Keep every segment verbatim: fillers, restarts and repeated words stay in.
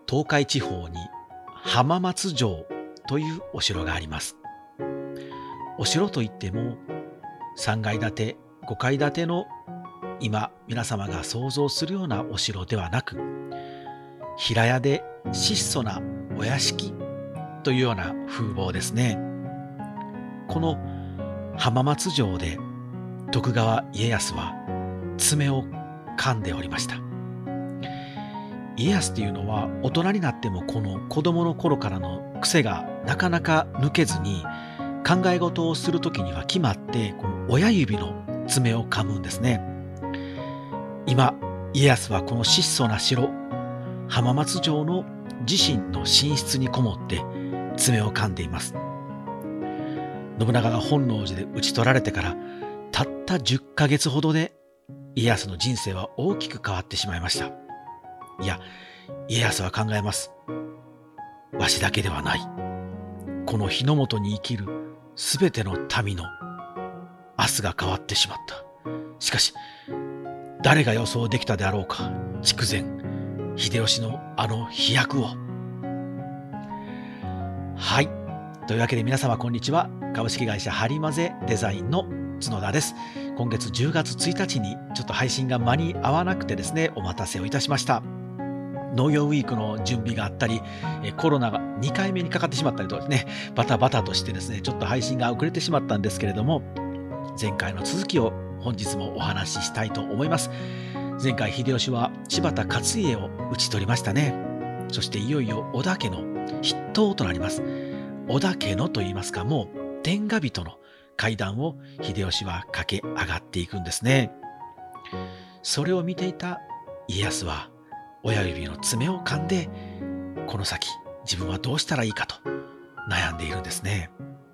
東海地方に浜松城というお城があります。お城といってもさんがい建て、ごかい建ての今皆様が想像するようなお城ではなく、平屋で質素なお屋敷というような風貌ですね。この浜松城で徳川家康は爪を噛んでおりました。家康というのは大人になってもこの子供の頃からの癖がなかなか抜けずに、考え事をするときには決まってこの親指の爪を噛むんですね。今家康はこの質素な城浜松城の自身の寝室にこもって爪を噛んでいます。信長が本能寺で討ち取られてからたったじゅっかげつほどで家康の人生は大きく変わってしまいました。いや、家康は考えます。わしだけではない。この日の本に生きるすべての民の明日が変わってしまった。しかし誰が予想できたであろうか、筑前秀吉のあの飛躍を。はい、というわけで皆様こんにちは。株式会社ハリマゼデザインの角田です。今月じゅうがつついたちにちょっと配信が間に合わなくてですね、お待たせをいたしました。農業ウィークの準備があったり、コロナがにかいめにかかってしまったりとですね、バタバタとしてですね、ちょっと配信が遅れてしまったんですけれども、前回の続きを本日もお話ししたいと思います。前回秀吉は柴田勝家を討ち取りましたね。そしていよいよ織田家の筆頭となります織田家のといいますか、もう天下人の階段を秀吉は駆け上がっていくんですね。それを見ていた家康は親指の爪を噛んで、この先自分はどうしたらいいかと悩んでいるんですね。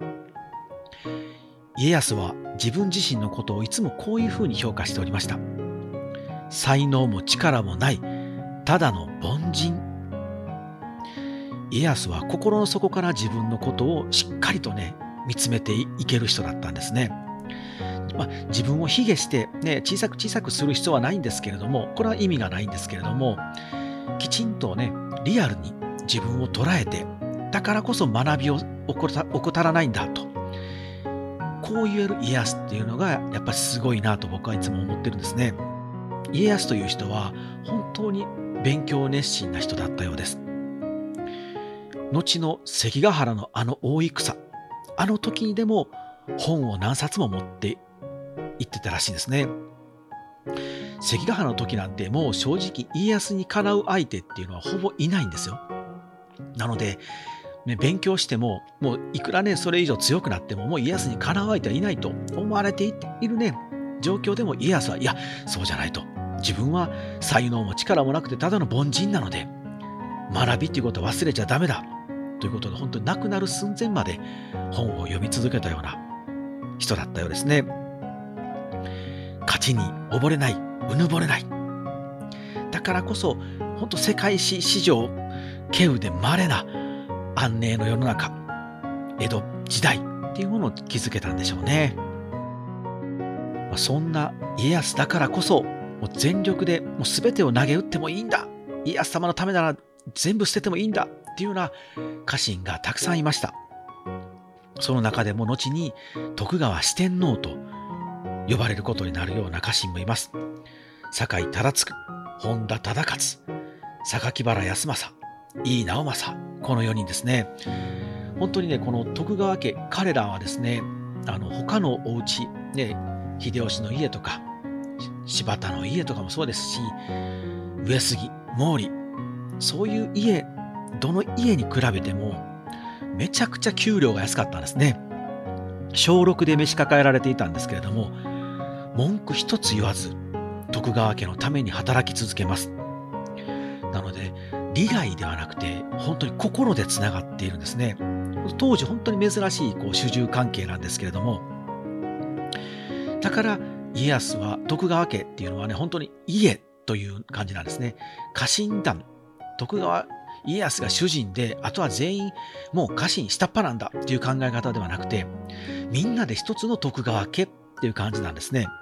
家康は自分自身のことをいつもこういうふうに評価しておりました。才能も力もないただの凡人。家康は心の底から自分のことをしっかりとね見つめていける人だったんですね。まあ、自分を卑下して、ね、小さく小さくする必要はないんですけれども、これは意味がないんですけれども、きちんとねリアルに自分を捉えて、だからこそ学びを怠らないんだと、こう言える家康っていうのがやっぱりすごいなと僕はいつも思ってるんですね。家康という人は本当に勉強熱心な人だったようです。後の関ヶ原のあの大戦、あの時にでも本を何冊も持って行ってたらしいんですね。関ヶ原の時なんてもう正直家康にかなう相手っていうのはほぼいないんですよ。なので、ね、勉強してももういくらねそれ以上強くなってももう家康にかなう相手はいないと思われているね状況でも、家康はいやそうじゃないと、自分は才能も力もなくてただの凡人なので学びっていうことは忘れちゃダメだということで、本当に亡くなる寸前まで本を読み続けたような人だったようですね。勝ちに溺れない、うぬぼれない。だからこそ本当世界史史上稀有で稀な安寧の世の中、江戸時代っていうものを築けたんでしょうね。まあ、そんな家康だからこそもう全力でもう全てを投げ打ってもいいんだ、家康様のためなら全部捨ててもいいんだっていうような家臣がたくさんいました。その中でも後に徳川四天王と呼ばれることになるような家臣もいます。酒井忠次、本田忠勝、榊原康政、井伊直政、このよにんですね。本当にねこの徳川家、彼らはですね、あの他のお家ね、秀吉の家とか柴田の家とかもそうですし、上杉、毛利、そういう家、どの家に比べてもめちゃくちゃ給料が安かったんですね。小ろくで召し抱えられていたんですけれども、文句一つ言わず徳川家のために働き続けます。なので利害ではなくて本当に心でつながっているんですね。当時本当に珍しいこう主従関係なんですけれども、だから家康は徳川家っていうのはね本当に家という感じなんですね。家臣団、徳川家康が主人で、あとは全員もう家臣下っ端なんだっていう考え方ではなくて、みんなで一つの徳川家っていう感じなんですね。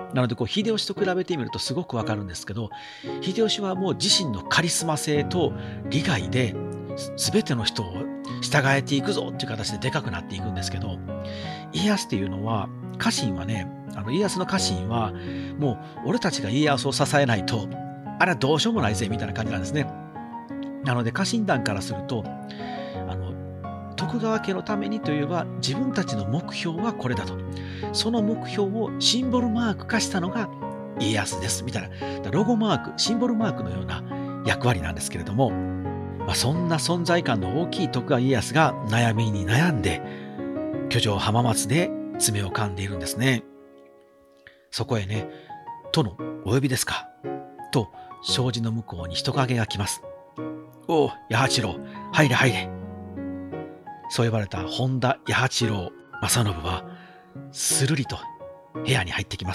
なのでこう秀吉と比べてみるとすごくわかるんですけど、秀吉はもう自身のカリスマ性と利害で全ての人を従えていくぞっていう形ででかくなっていくんですけど、家康っていうのは、家臣はね、あの家康の家臣はもう俺たちが家康を支えないとあれはどうしようもないぜみたいな感じなんですね。なので家臣団からすると、あの徳川家のためにといえば自分たちの目標はこれだと、その目標をシンボルマーク化したのが家康ですみたいな、ロゴマーク、シンボルマークのような役割なんですけれども、まあ、そんな存在感の大きい徳川家康が悩みに悩んで居城浜松で爪を噛んでいるんですね。そこへね、殿お呼びですかと障子の向こうに人影が来ます。おお、弥八郎、入れ入れ。そう呼ばれた本田弥八郎正信はするりと部屋に入ってきます。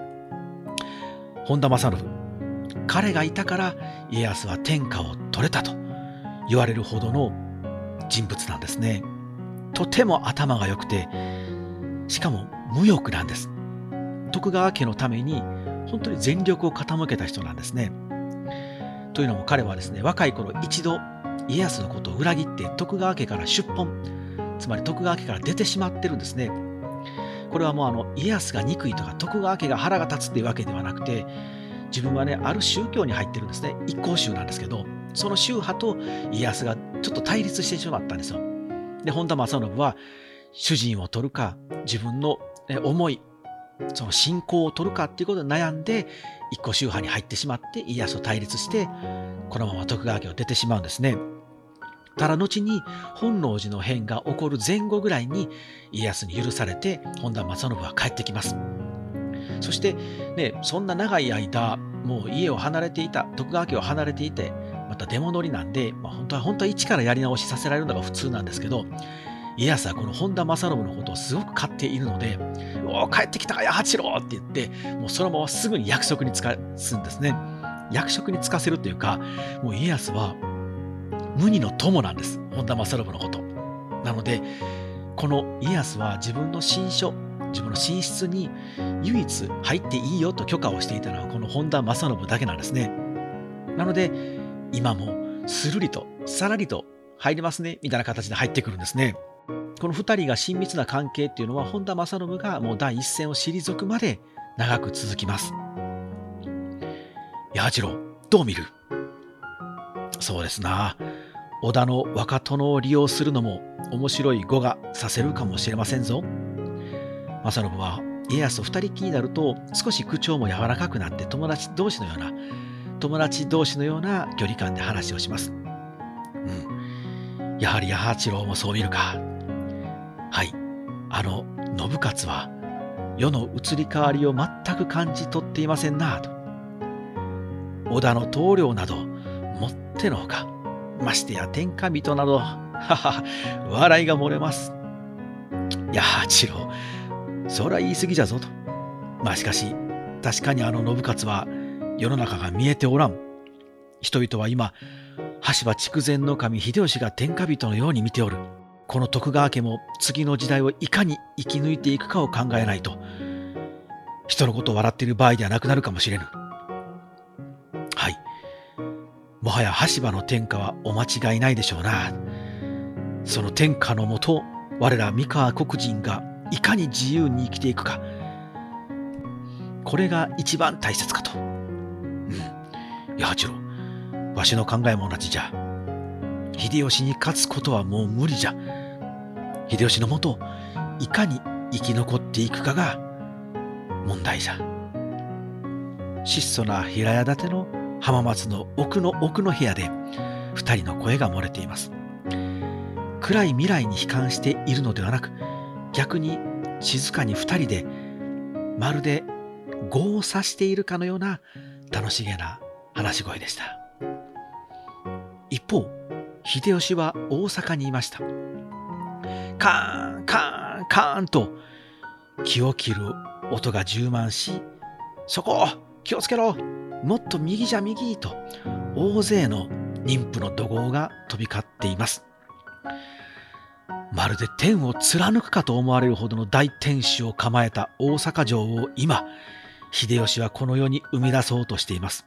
本田正信、彼がいたから家康は天下を取れたと言われるほどの人物なんですね。とても頭が良くて、しかも無欲なんです。徳川家のために本当に全力を傾けた人なんですね。というのも彼はですね、若い頃一度家康のことを裏切って徳川家から出奔、つまり徳川家から出てしまってるんですね。これはもうあの家康が憎いとか徳川家が腹が立つっていうわけではなくて、自分はね、ある宗教に入ってるんですね。一向宗なんですけど、その宗派と家康がちょっと対立してしまったんですよ。で、本田正信は主人を取るか自分の思い、その信仰を取るかっていうことで悩んで一個宗派に入ってしまって家康と対立して、このまま徳川家を出てしまうんですね。ただ後に本能寺の変が起こる前後ぐらいに家康に許されて本田正信は帰ってきます。そしてね、そんな長い間もう家を離れていた、徳川家を離れていて、また出戻りなんで、まあ、本当は本当は一からやり直しさせられるのが普通なんですけど、家康はこの本田正信のことをすごく買っているので、おー帰ってきたか弥八郎って言って、もうそのまますぐに役職に就かすんですね。役職に就かせるというか、もう家康は無二の友なんです、本田正信のこと。なのでこの家康は自分の寝所、自分の寝室に唯一入っていいよと許可をしていたのはこの本田正信だけなんですね。なので今もするりとさらりと入りますねみたいな形で入ってくるんですね。このふたりが親密な関係っていうのは本田正信がもう第一線を退くまで長く続きます。弥八郎どう見る？そうですな、織田の若殿を利用するのも面白い碁がさせるかもしれませんぞ。正信は家康と二人きりになると少し口調も柔らかくなって友達同士のような友達同士のような距離感で話をします。うん、やはり弥八郎もそう見るか。はい、あの信勝は世の移り変わりを全く感じ取っていませんなと。織田の棟梁などもってのほか、ましてや天下人など、はは笑いが漏れます。弥八郎、そりゃ言い過ぎじゃぞと。まあしかし確かにあの信勝は世の中が見えておらん。人々は今羽柴筑前守秀吉が天下人のように見ておる。この徳川家も次の時代をいかに生き抜いていくかを考えないと人のことを笑っている場合ではなくなるかもしれぬ。はい、もはや羽柴の天下はお間違いないでしょうな。その天下のもと、我ら三河国人がいかに自由に生きていくか、これが一番大切かと。うん、弥八郎、わしの考えも同じじゃ。秀吉に勝つことはもう無理じゃ。秀吉のもといかに生き残っていくかが問題じゃ。質素な平屋建ての浜松の奥の奥の部屋で二人の声が漏れています。暗い未来に悲観しているのではなく、逆に静かに二人でまるで碁を指しているかのような楽しげな話し声でした。一方、秀吉は大阪にいました。カーンカーンカーンと気を切る音が充満し、そこ気をつけろ、もっと右じゃ右と大勢の妊婦の怒号が飛び交っています。まるで天を貫くかと思われるほどの大天守を構えた大阪城を今秀吉はこの世に生み出そうとしています。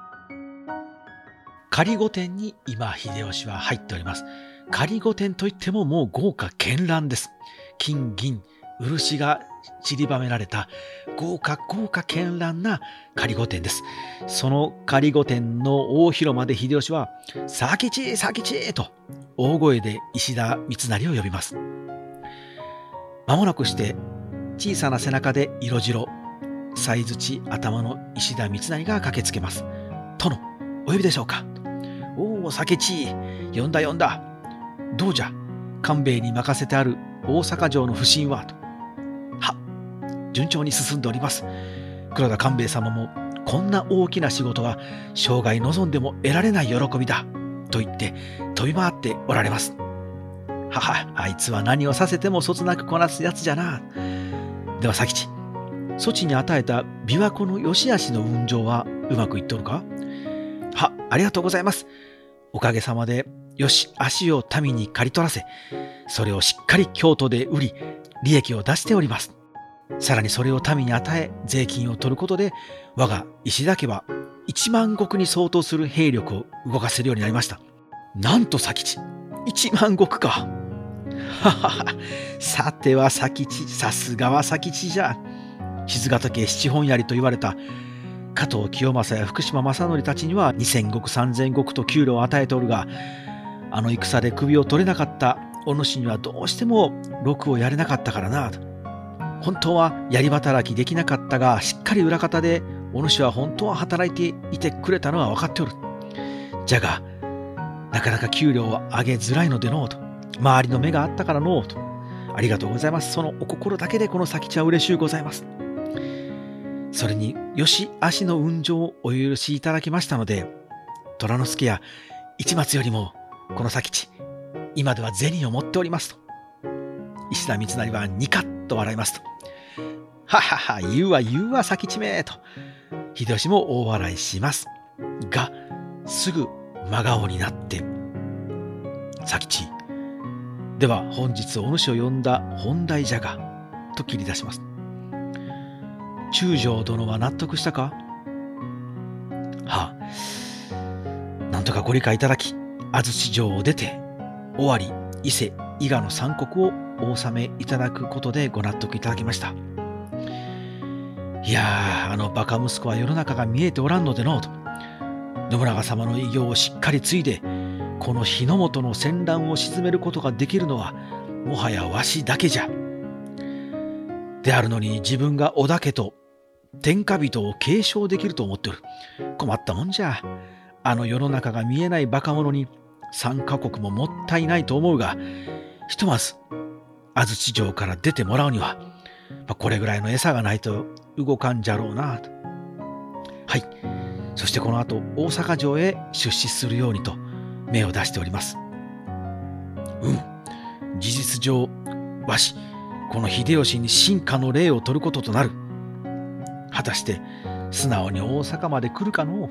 仮御殿に今秀吉は入っております。仮御殿といってももう豪華絢爛です。金銀漆が散りばめられた豪華豪華絢爛な仮御殿です。その仮御殿の大広間で秀吉は佐吉佐吉と大声で石田三成を呼びます。間もなくして小さな背中で色白さい槌頭の石田三成が駆けつけます。殿、お呼びでしょうか。おお、佐吉、呼んだ呼んだ。どうじゃ、官兵衛に任せてある大阪城の不審は。と。は、順調に進んでおります。黒田官兵衛様もこんな大きな仕事は生涯望んでも得られない喜びだと言って飛び回っておられます。はは、あいつは何をさせてもそつなくこなすやつじゃな。では佐吉、そちに与えた琵琶湖の良し悪しの運上はうまくいっておるか。は、ありがとうございます。おかげさまでよし足を民に刈り取らせ、それをしっかり京都で売り利益を出しております。さらにそれを民に与え税金を取ることで、我が石田家は一万石に相当する兵力を動かせるようになりました。なんと佐吉、一万石か。ははは、さては佐吉、さすがは佐吉じゃ。賤ヶ岳七本槍と言われた加藤清正や福島正則たちには二千石三千石と給料を与えておるが、あの戦で首を取れなかったお主にはどうしても禄をやれなかったからな。本当はやり働きできなかったが、しっかり裏方でお主は本当は働いていてくれたのは分かっておる。じゃがなかなか給料を上げづらいのでのうと、周りの目があったからのうと。ありがとうございます。そのお心だけでこの佐吉は嬉しゅうございます。それによし足の運上をお許しいただきましたので、虎之助や市松よりもこの佐吉、今では銭を持っておりますと。石田三成はニカッと笑いますと。ははは、言うわ言うわ佐吉めと秀吉も大笑いしますが、すぐ真顔になって、佐吉、では本日お主を呼んだ本題じゃがと切り出します。中将殿は納得したか。はあ、なんとかご理解いただき、安土城を出て尾張、伊勢、伊賀の三国をお納めいただくことでご納得いただきました。いやー、あのバカ息子は世の中が見えておらんのでのうと。信長様の偉業をしっかり継いで、この日の本の戦乱を鎮めることができるのはもはやわしだけじゃ。であるのに自分が織田家と天下人を継承できると思っておる。困ったもんじゃ。あの世の中が見えないバカ者に三カ国ももったいないと思うが、ひとまず安土城から出てもらうには、まあ、これぐらいの餌がないと動かんじゃろうなと。はい、そしてこの後大阪城へ出資するようにと目を出しております。うん、事実上わしこの秀吉に臣下の礼を取ることとなる。果たして素直に大阪まで来るかのう。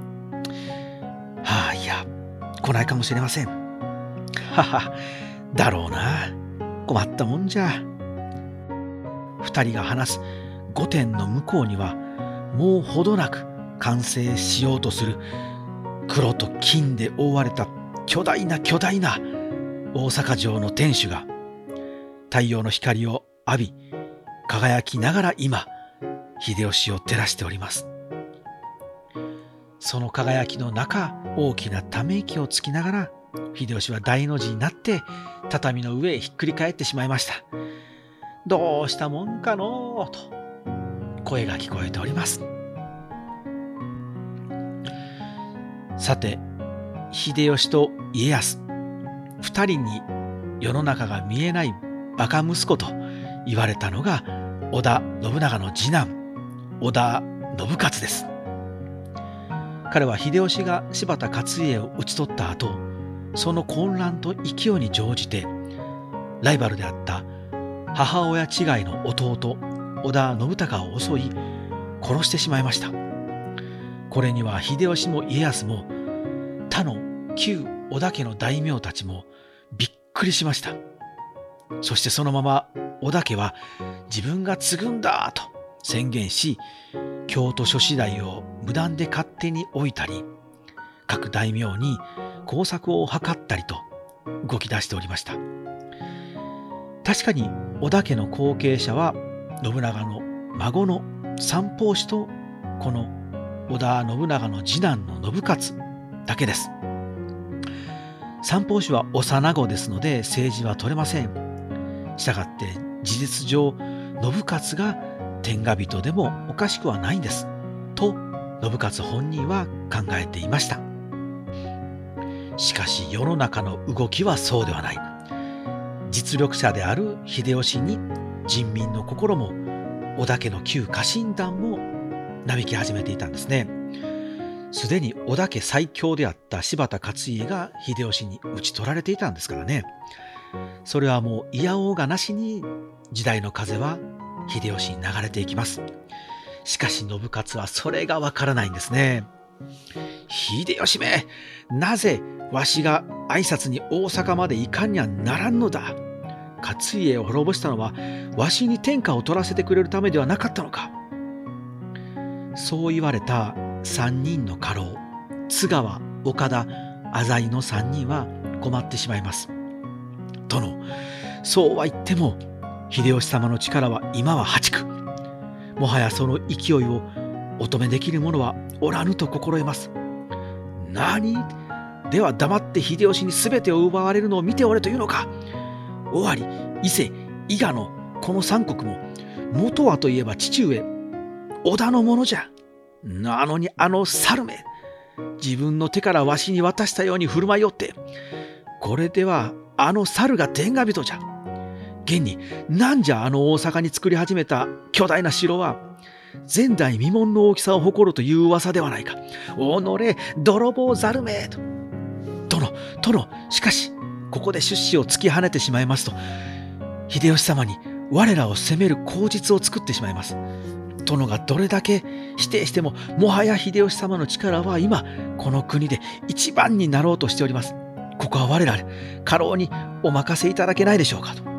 はあ、いや来ないかもしれません。はは、だろうな。困ったもんじゃ。二人が話す御殿の向こうにはもうほどなく完成しようとする黒と金で覆われた巨大な巨大な大阪城の天守が太陽の光を浴び輝きながら今秀吉を照らしております。その輝きの中、大きなため息をつきながら秀吉は大の字になって畳の上へひっくり返ってしまいました。どうしたもんかのうと声が聞こえております。さて秀吉と家康二人に世の中が見えないバカ息子と言われたのが織田信長の次男織田信雄です。彼は秀吉が柴田勝家を討ち取った後、その混乱と勢いに乗じてライバルであった母親違いの弟織田信孝を襲い殺してしまいました。これには秀吉も家康も他の旧織田家の大名たちもびっくりしました。そしてそのまま織田家は自分が継ぐんだと宣言し、京都諸子代を無断で勝手に置いたり、各大名に工作を図ったりと動き出しておりました。確かに織田家の後継者は信長の孫の三法師とこの織田信長の次男の信雄だけです。三法師は幼子ですので政治は取れません。したがって事実上信雄が天下人でもおかしくはないんですと信雄本人は考えていました。しかし世の中の動きはそうではない。実力者である秀吉に人民の心も織田家の旧家臣団もなびき始めていたんですね。すでに織田家最強であった柴田勝家が秀吉に討ち取られていたんですからね。それはもういやおうがなしに時代の風は秀吉に流れていきます。しかし信雄はそれがわからないんですね。秀吉め、なぜわしが挨拶に大阪まで行かんにゃならんのだ。勝家を滅ぼしたのはわしに天下を取らせてくれるためではなかったのか。そう言われた三人の家老、津川、岡田、浅井の三人は困ってしまいます。殿、そうは言っても秀吉様の力は今は八九。もはやその勢いをお止めできる者はおらぬと心得ます。何では黙って秀吉に全てを奪われるのを見ておれというのか。尾張、伊勢、伊賀のこの三国も元はといえば父上織田のものじゃ。なのにあの猿め、自分の手からわしに渡したように振る舞いよって、これではあの猿が天下人じゃ。現になんじゃあの大阪に作り始めた巨大な城は前代未聞の大きさを誇るという噂ではないか。おのれ泥棒猿めと。殿、殿、しかしここで出資を突き跳ねてしまいますと秀吉様に我らを責める口実を作ってしまいます。殿がどれだけ否定してももはや秀吉様の力は今この国で一番になろうとしております。ここは我ら家老にお任せいただけないでしょうかと。う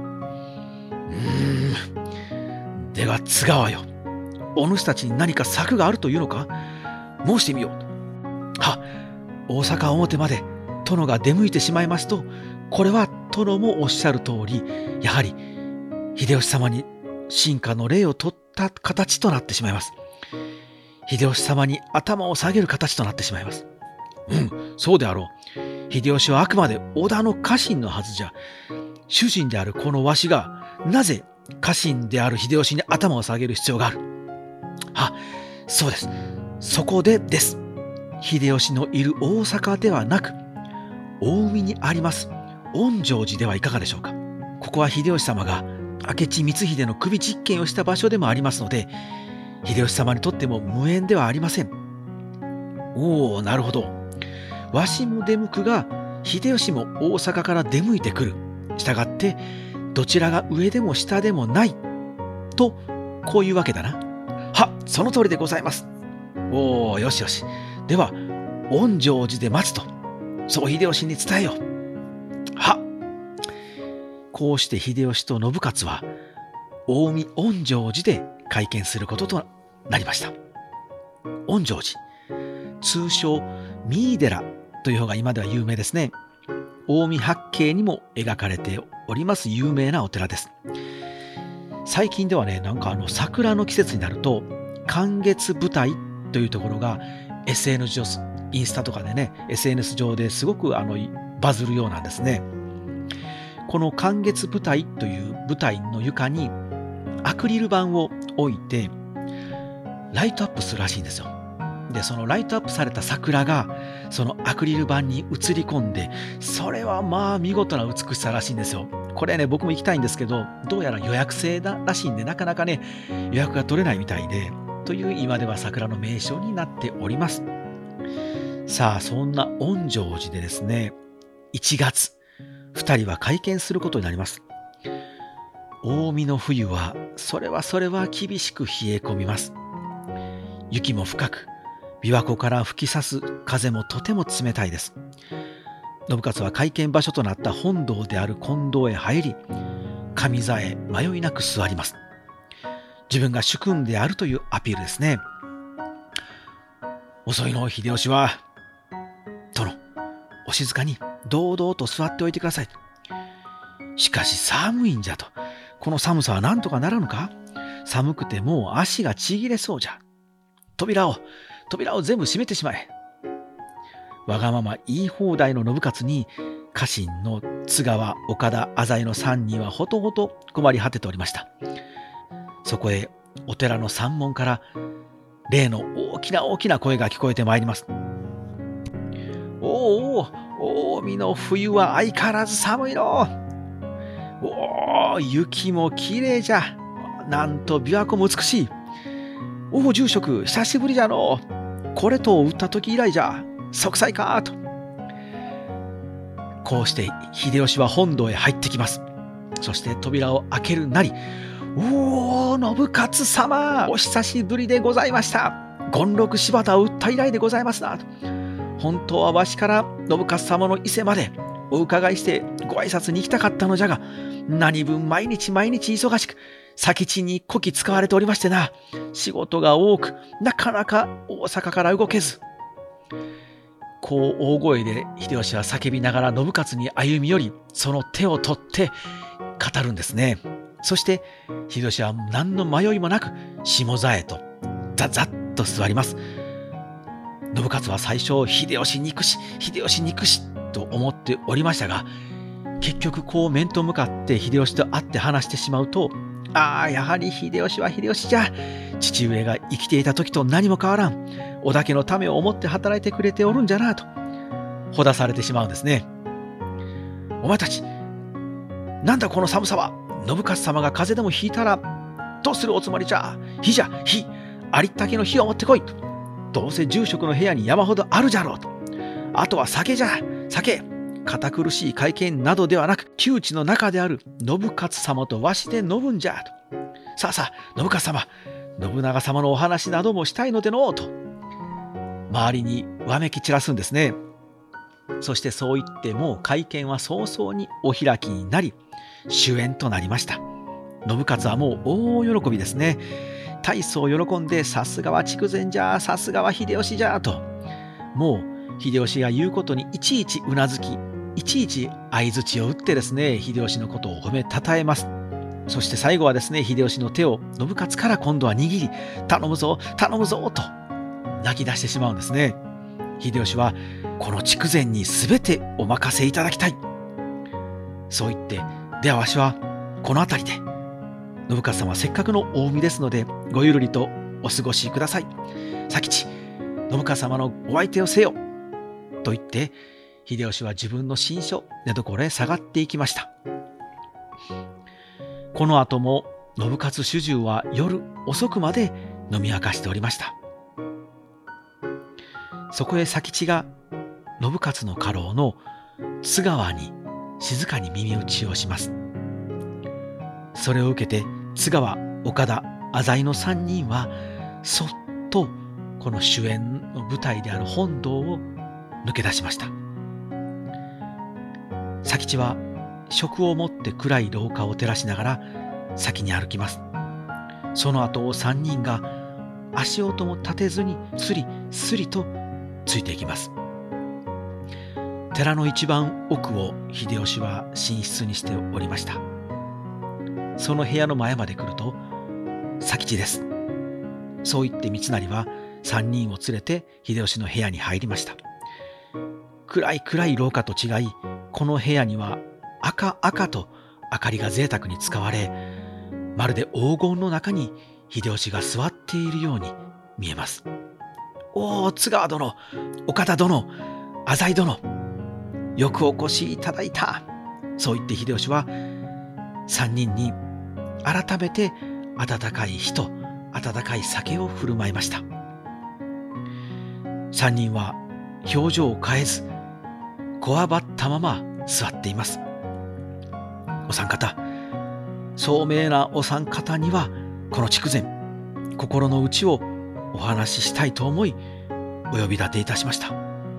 ーんでは津川よ、お主たちに何か策があるというのか、申してみようと。は大阪表まで殿が出向いてしまいますと、これは殿もおっしゃる通りやはり秀吉様に臣下の礼を取った形となってしまいます。秀吉様に頭を下げる形となってしまいます。うん、そうであろう。秀吉はあくまで織田の家臣のはずじゃ。主人であるこのわしがなぜ家臣である秀吉に頭を下げる必要がある。は、そうです。そこでです。秀吉のいる大阪ではなく近江にあります恩城寺ではいかがでしょうか。ここは秀吉様が明智光秀の首実験をした場所でもありますので、秀吉様にとっても無縁ではありません。おお、なるほど。わしも出向くが秀吉も大阪から出向いてくる。したがってどちらが上でも下でもないとこういうわけだな。は、その通りでございます。おお、よしよし。では恩城寺で待つと、そう秀吉に伝えよう。は、こうして秀吉と信雄は近江恩城寺で会見することとなりました。恩城寺、通称三井寺という方が今では有名ですね。近江八景にも描かれております有名なお寺です。最近ではね、なんかあの桜の季節になると寒月舞台というところが エスエヌエス 上、インスタとかでね エスエヌエス 上ですごくあのバズるようなんですね。この寒月舞台という舞台の床にアクリル板を置いてライトアップするらしいんですよ。でそのライトアップされた桜がそのアクリル板に映り込んで、それはまあ見事な美しさらしいんですよ。これね、僕も行きたいんですけど、どうやら予約制だらしいんでなかなかね予約が取れないみたいで、という今では桜の名所になっております。さあ、そんな恩城寺でですね、いちがつふたりは会見することになります。近江の冬はそれはそれは厳しく冷え込みます。雪も深く、琵琶湖から吹き刺す風もとても冷たいです。信雄は会見場所となった本堂である金堂へ入り、上座へ迷いなく座ります。 自分が主君であるというアピールですね。遅いの秀吉は、殿、お静かに堂々と座っておいてください。しかし寒いんじゃと。この寒さは何とかならぬか。寒くてもう足がちぎれそうじゃ。扉を、扉を全部閉めてしまえ。わがまま言い放題の信雄に、家臣の津川、岡田、浅井の三人はほとほと困り果てておりました。そこへお寺の山門から例の大きな大きな声が聞こえてまいります。おお、近江の冬は相変わらず寒いの。おお、雪もきれいじゃ。なんと琵琶湖も美しい。おお、住職、久しぶりじゃの。これとを打った時以来じゃ。息災かと。こうして秀吉は本堂へ入ってきます。そして扉を開けるなり、おお、信雄様、お久しぶりでございました。権六柴田を打った以来でございますな。本当はわしから信雄様の伊勢までお伺いしてご挨拶に行きたかったのじゃが、何分毎日毎日忙しく、佐吉にこき使われておりましてな、仕事が多く、なかなか大阪から動けず。こう大声で秀吉は叫びながら信雄に歩み寄り、その手を取って語るんですね。そして秀吉は何の迷いもなく下座へとザザッと座ります。信雄は最初秀吉憎し秀吉憎しと思っておりましたが、結局こう面と向かって秀吉と会って話してしまうと、ああ、やはり秀吉は秀吉じゃ。父上が生きていた時と何も変わらん。織田家のためを思って働いてくれておるんじゃなとほだされてしまうんですね。お前たち、なんだこの寒さは。信雄様が風邪でもひいたらどうするおつもりじゃ。火じゃ、火。ありったけの火を持ってこいと。どうせ住職の部屋に山ほどあるじゃろうと。あとは酒じゃ、酒。堅苦しい会見などではなく、窮地の中である信雄様とわしで飲むんじゃと。さあさあ、信雄様、信長様のお話などもしたいのでのうと、周りにわめき散らすんですね。そしてそう言ってもう会見は早々にお開きになり、終焉となりました。信雄はもう大喜びですね。大層喜んで、さすがは筑前じゃ、さすがは秀吉じゃと、もう秀吉が言うことにいちいちうなずき、いちいち相槌を打ってですね、秀吉のことを褒めたたえます。そして最後はですね、秀吉の手を信雄から今度は握り、頼むぞ頼むぞと泣き出してしまうんですね。秀吉はこの筑前に全てお任せいただきたい。そう言って、ではわしはこの辺りで、信雄様せっかくの大海ですのでごゆるりとお過ごしください。佐吉、信雄様のお相手をせよと言って、秀吉は自分の寝所寝所へ下がっていきました。この後も信雄主従は夜遅くまで飲み明かしておりました。そこへ佐吉が信雄の家老の津川に静かに耳打ちをします。それを受けて津川、岡田、浅井の三人はそっとこの主演の舞台である本堂を抜け出しました。佐吉は食を持って暗い廊下を照らしながら先に歩きます。その後を三人が足音も立てずにスリスリとついていきます。寺の一番奥を秀吉は寝室にしておりました。その部屋の前まで来ると、佐吉です。そう言って三成は三人を連れて秀吉の部屋に入りました。暗い暗い廊下と違い、この部屋には赤々と明かりが贅沢に使われ、まるで黄金の中に秀吉が座っているように見えます。おお、津川殿、岡田殿、浅井殿、よくお越しいただいた。そう言って秀吉は三人に改めて温かい火と温かい酒を振る舞いました。三人は表情を変えず、こわばったまま座っています。お三方、聡明なお三方にはこの筑前、心の内をお話ししたいと思いお呼び立ていたしました。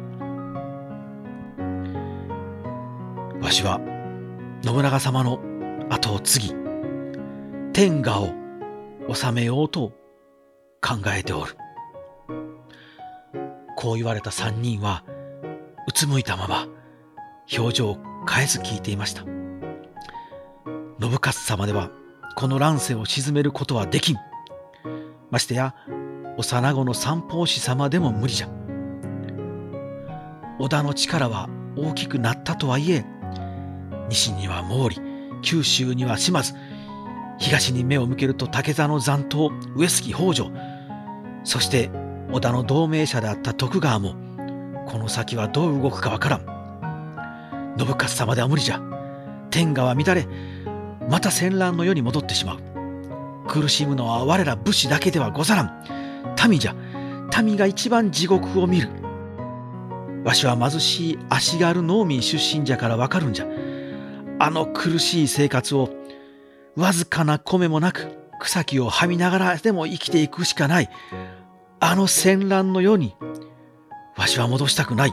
わしは信長様の後を継ぎ、天下を収めようと考えておる。こう言われた三人はうつむいたまま表情を変えず聞いていました。信雄様ではこの乱世を鎮めることはできん。ましてや幼子の三法師様でも無理じゃ。織田の力は大きくなったとはいえ、西には毛利、九州には島津、東に目を向けると竹座の残党、上杉北条、そして織田の同盟者であった徳川も、この先はどう動くかわからん。信雄様では無理じゃ。天下は乱れ、また戦乱の世に戻ってしまう。苦しむのは我ら武士だけではござらん。民じゃ。民が一番地獄を見る。わしは貧しい足軽農民出身じゃからわかるんじゃ。あの苦しい生活をわずかな米もなく草木をはみながらでも生きていくしかない。あの戦乱の世にわしは戻したくない。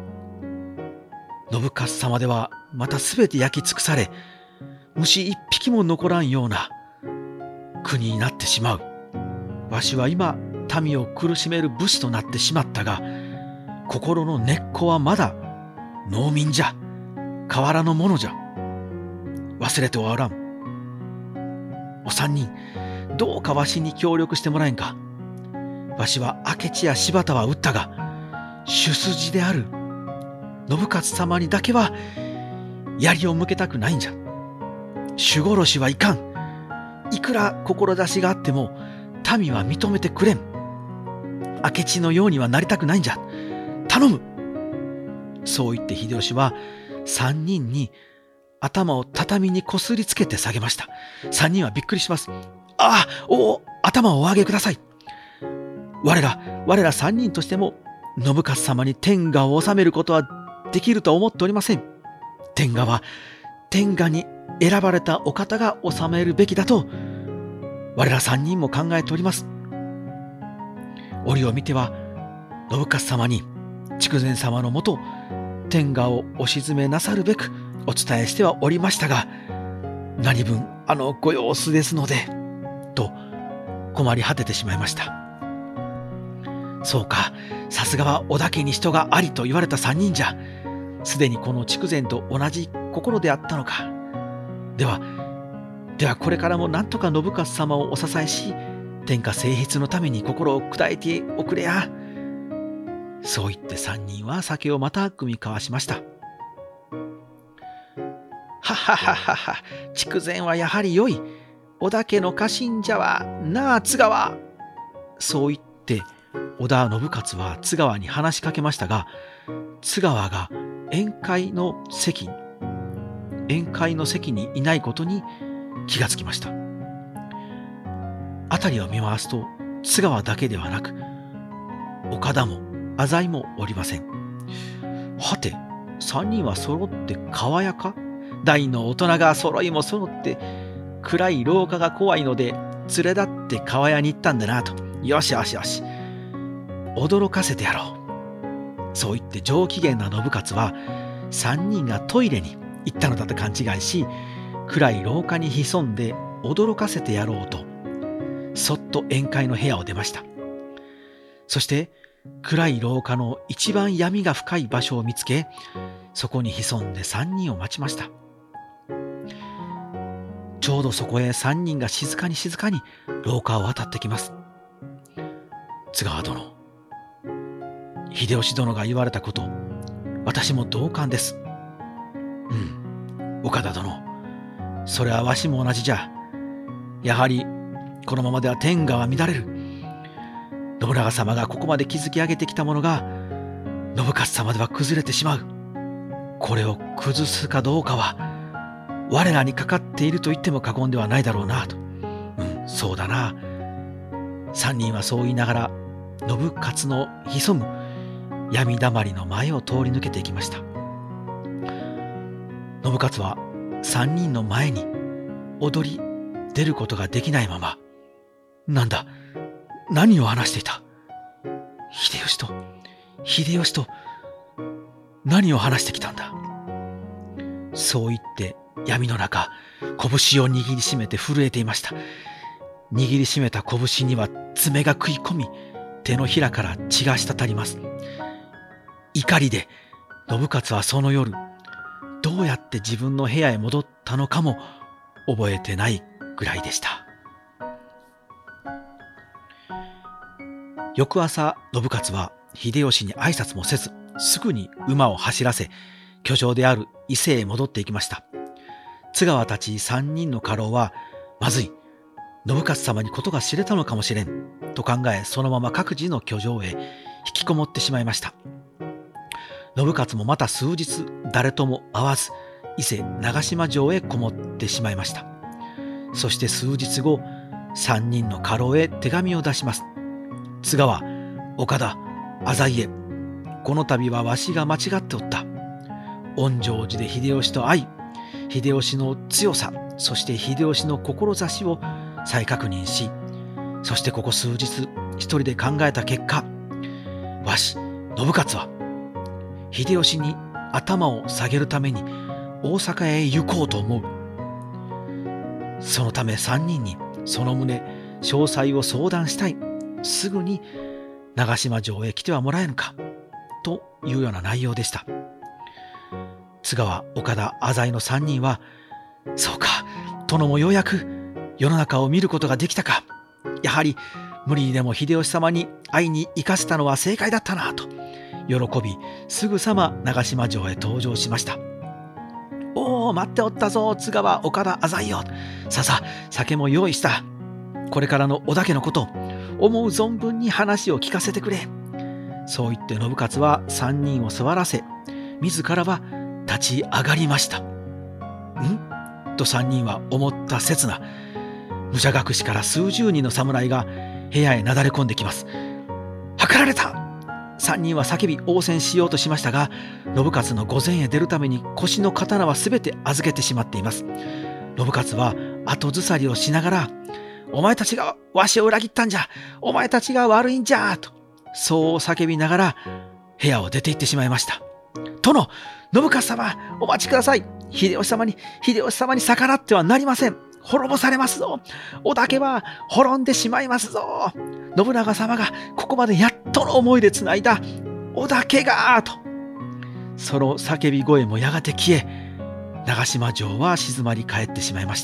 信雄様ではまたすべて焼き尽くされ、虫一匹も残らんような国になってしまう。わしは今民を苦しめる武士となってしまったが、心の根っこはまだ農民じゃ。変わらぬものじゃ。忘れてはおらん。お三人、どうかわしに協力してもらえんか。わしは明智や柴田は撃ったが、主筋である信雄様にだけは槍を向けたくないんじゃ。守殺しはいかん。いくら志があっても民は認めてくれん。明智のようにはなりたくないんじゃ。頼む。そう言って秀吉は三人に頭を畳にこすりつけて下げました。三人はびっくりします。ああ、お頭をお上げください。我ら我ら三人としても信雄様に天下を治めることはできると思っておりません。天下は天下に選ばれたお方が治めるべきだと我ら三人も考えております。折を見ては信雄様に筑前様のもと天下をお鎮めなさるべくお伝えしてはおりましたが、何分あのご様子ですのでと困り果ててしまいました。そうか、さすがは織田家に人がありと言われた三人じゃ。すでにこの筑前と同じ心であったのか。ではではこれからも何とか信雄様をお支えし、天下清筆のために心を砕いておくれや。そう言って三人は酒をまた酌み交わしました。ははははは、筑前はやはり良い。織田家の家臣じゃわなあ津川。そう言って織田信雄は津川に話しかけましたが、津川が宴会の席宴会の席にいないことに気がつきました。辺りを見回すと津川だけではなく岡田も浅井もおりません。はて、三人は揃って川屋か。大の大人が揃いも揃って暗い廊下が怖いので連れ立って川屋に行ったんだなと。よしよしよし、驚かせてやろう。そう言って上機嫌な信雄は三人がトイレに行ったのだと勘違いし、暗い廊下に潜んで驚かせてやろうとそっと宴会の部屋を出ました。そして暗い廊下の一番闇が深い場所を見つけ、そこに潜んで三人を待ちました。ちょうどそこへ三人が静かに静かに廊下を渡ってきます。津川殿、秀吉殿が言われたこと、私も同感です。うん、岡田殿、それはわしも同じじゃ。やはりこのままでは天下は乱れる。信長様がここまで築き上げてきたものが信雄様では崩れてしまう。これを崩すかどうかは我らにかかっていると言っても過言ではないだろうなと。うん、そうだな。三人はそう言いながら信雄の潜む闇だまりの前を通り抜けていきました。信雄は三人の前に踊り出ることができないまま、なんだ、何を話していた。秀吉と秀吉と何を話してきたんだ。そう言って闇の中拳を握りしめて震えていました。 握りしめた拳には爪が食い込み、手のひらから血が滴ります。怒りで信勝はその夜、どうやって自分の部屋へ戻ったのかも覚えてないぐらいでした。翌朝、信勝は秀吉に挨拶もせず、すぐに馬を走らせ、居城である伊勢へ戻っていきました。津川たち三人の家老は、まずい、信勝様にことが知れたのかもしれんと考え、そのまま各自の居城へ引きこもってしまいました。信勝もまた数日誰とも会わず、伊勢長島城へこもってしまいました。そして数日後、三人の家老へ手紙を出します。津川、岡田、浅井へ、この度はわしが間違っておった。恩城寺で秀吉と会い、秀吉の強さ、そして秀吉の志を再確認し、そしてここ数日一人で考えた結果、わし、信勝は秀吉に頭を下げるために大阪へ行こうと思う。そのため三人にその旨詳細を相談したい。すぐに長島城へ来てはもらえぬか、というような内容でした。津川、岡田、浅井の三人は、そうか、殿もようやく世の中を見ることができたか。やはり無理にでも秀吉様に会いに行かせたのは正解だったなと喜び、すぐさま長島城へ登場しました。おお、待っておったぞ、津川、岡田、浅井よ。さあさあ、酒も用意した。これからの織田家のこと、思う存分に話を聞かせてくれ。そう言って信勝は三人を座らせ、自らは立ち上がりました。んと三人は思った刹那、武者隠しから数十人の侍が部屋へなだれ込んできます。はかられた。三人は叫び応戦しようとしましたが、信勝の御前へ出るために腰の刀はすべて預けてしまっています。信勝は後ずさりをしながら、お前たちがわしを裏切ったんじゃ、お前たちが悪いんじゃと、そう叫びながら部屋を出て行ってしまいました。殿、信勝様、お待ちください。秀吉様に秀吉様に逆らってはなりません。滅ぼされますぞ。織田家は滅んでしまいますぞ。信長様がここまでやっとの思いでつないだ織田家がと、その叫び声もやがて消え、長島城は静まり返ってしまいました。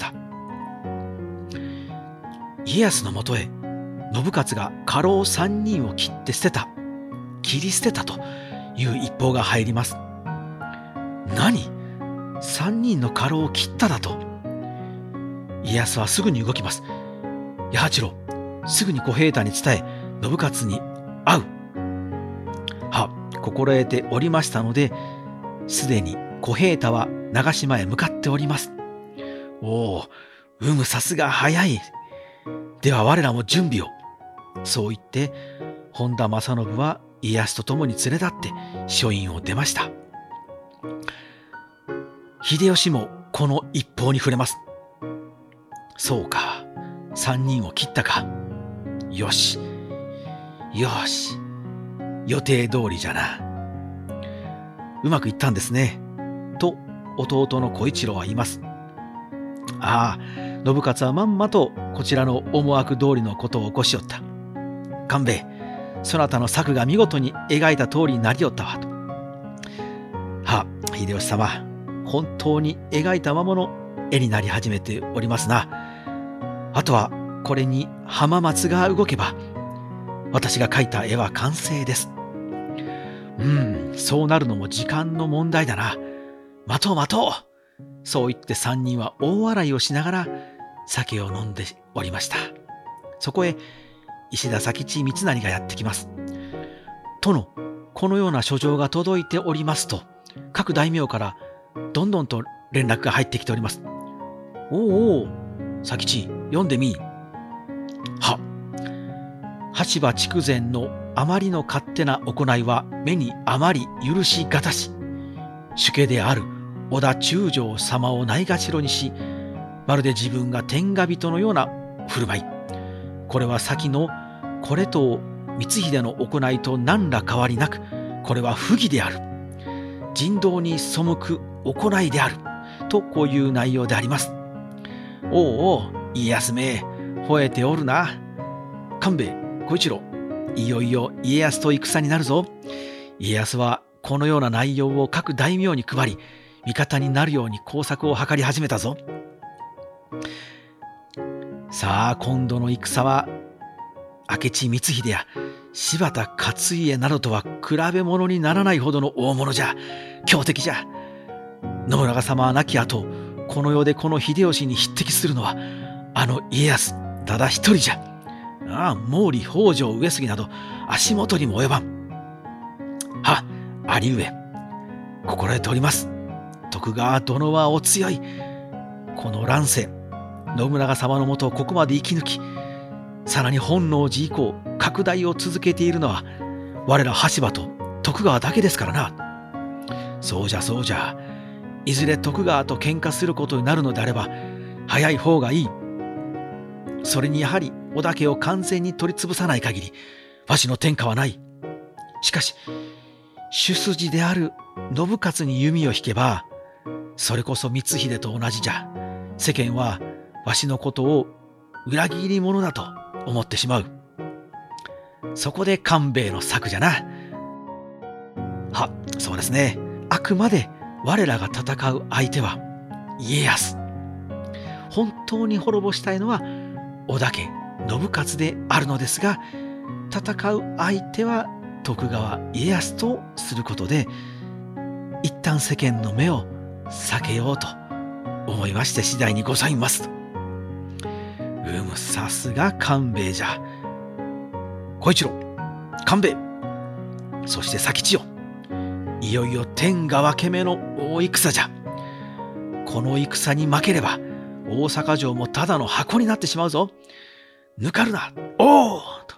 家康のもとへ信勝が家老三人を切って捨てた、切り捨てたという一報が入ります。何？三人の家老を切っただと。家康はすぐに動きます。弥八郎、すぐに小平太に伝え、信勝に会う。は、心得ておりましたので、すでに小平太は長島へ向かっております。おお、うむ、さすが早い。では我らも準備を。そう言って、本田正信は家康と共に連れ立って書院を出ました。秀吉もこの一報に触れます。そうか、三人を切ったか。よし、よし、予定通りじゃな。うまくいったんですね。と弟の小一郎は言います。ああ、信勝はまんまとこちらの思惑通りのことを起こしよった。官兵衛、そなたの策が見事に描いた通りになりよったわと。は、秀吉様、本当に描いたままの絵になり始めておりますな。あとはこれに浜松が動けば、私が描いた絵は完成です。うん、そうなるのも時間の問題だな。待とう待とう。そう言って三人は大笑いをしながら酒を飲んでおりました。そこへ石田佐吉三成がやってきます。殿、このような書状が届いておりますと、各大名からどんどんと連絡が入ってきております。おうおう、佐吉、読んでみ。は、羽柴筑前のあまりの勝手な行いは目にあまり許しがたし、主家である織田中将様をないがしろにし、まるで自分が天下人のような振る舞い。これは先のこれと光秀の行いと何ら変わりなく、これは不義である。人道に背く行いである。とこういう内容であります。おうおう、家康め、 吠えておるな。官兵衛、小一郎、いよいよ家康と戦になるぞ。家康はこのような内容を各大名に配り、味方になるように工作を図り始めたぞ。さあ、今度の戦は明智光秀や柴田勝家などとは比べ物にならないほどの大物じゃ。強敵じゃ。信長様は亡き後、この世でこの秀吉に匹敵するのはあの家康ただ一人じゃ。ああ、毛利、北条、上杉など足元にも及ばん。は、兄上、心得ております。徳川殿はお強い。この乱世、信長様のもとをここまで生き抜き、さらに本能寺以降拡大を続けているのは我ら羽柴と徳川だけですからな。そうじゃそうじゃ。いずれ徳川と喧嘩することになるのであれば早い方がいい。それにやはり織田家を完全に取り潰さない限りわしの天下はない。しかし主筋である信雄に弓を引けば、それこそ光秀と同じじゃ。世間はわしのことを裏切り者だと思ってしまう。そこで官兵衛の策じゃな。は、そうですね。あくまで我らが戦う相手は家康。本当に滅ぼしたいのは織田家信雄であるのですが、戦う相手は徳川家康とすることで一旦世間の目を避けようと思いまして次第にございますと。うむ、さすが官兵衛じゃ。小一郎、官兵衛、そして佐吉よ、いよいよ天下分け目の大戦じゃ。この戦に負ければ大阪城もただの箱になってしまうぞ。ぬかるな、おおと。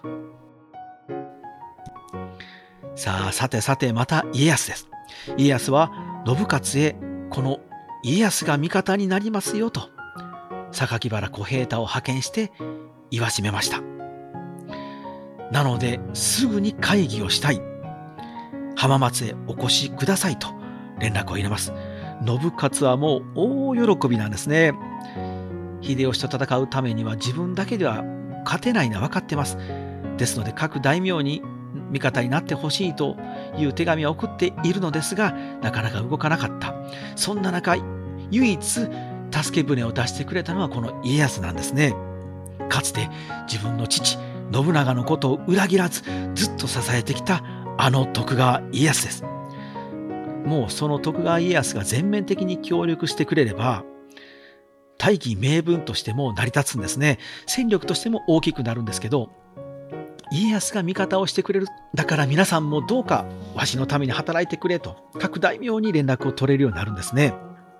さあ、さてさて、また家康です。家康は信雄へこの家康が味方になりますよと榊原小平太を派遣して言わしめました。なのですぐに会議をしたい。浜松へお越しくださいと連絡を入れます。信雄はもう大喜びなんですね。秀吉と戦うためには自分だけでは勝てないのは分かってます。ですので各大名に味方になってほしいという手紙を送っているのですが、なかなか動かなかった。そんな中、唯一助け舟を出してくれたのはこの家康なんですね。かつて自分の父信長のことを裏切らずずっと支えてきたあの徳川家康です。もうその徳川家康が全面的に協力してくれれば大義名分としても成り立つんですね。戦力としても大きくなるんですけど、家康が味方をしてくれる。だから皆さんもどうかわしのために働いてくれと各大名に連絡を取れるようになるんですね。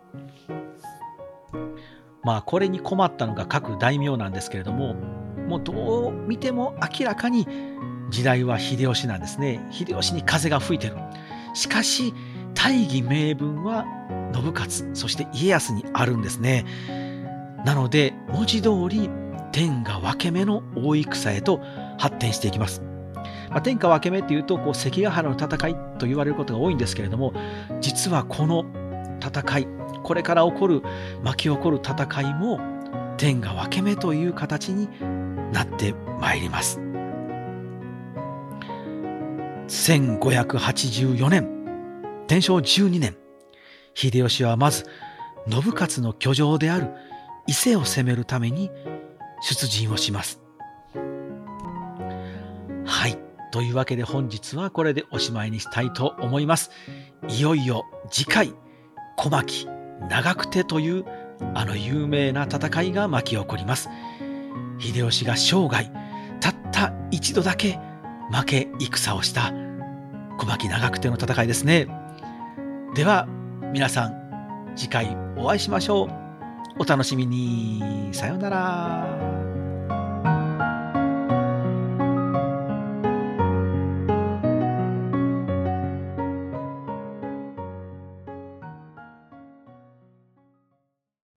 まあこれに困ったのが各大名なんですけれども、もうどう見ても明らかに時代は秀吉なんですね。秀吉に風が吹いてる。しかし大義名分は信雄、そして家康にあるんですね。なので文字通り天下分け目の大戦へと発展していきます。まあ、天下分け目っていうとこう関ヶ原の戦いと言われることが多いんですけれども、実はこの戦い、これから起こる巻き起こる戦いも天下分け目という形になってまいります。せんごひゃくはちじゅうよねん、天正じゅうにねん、秀吉はまず信雄の居城である伊勢を攻めるために出陣をします。はい、というわけで本日はこれでおしまいにしたいと思います。いよいよ次回、小牧長久手というあの有名な戦いが巻き起こります。秀吉が生涯たった一度だけ負け戦をした小牧長久手の戦いですね。では皆さん次回お会いしましょう。お楽しみに。さようなら。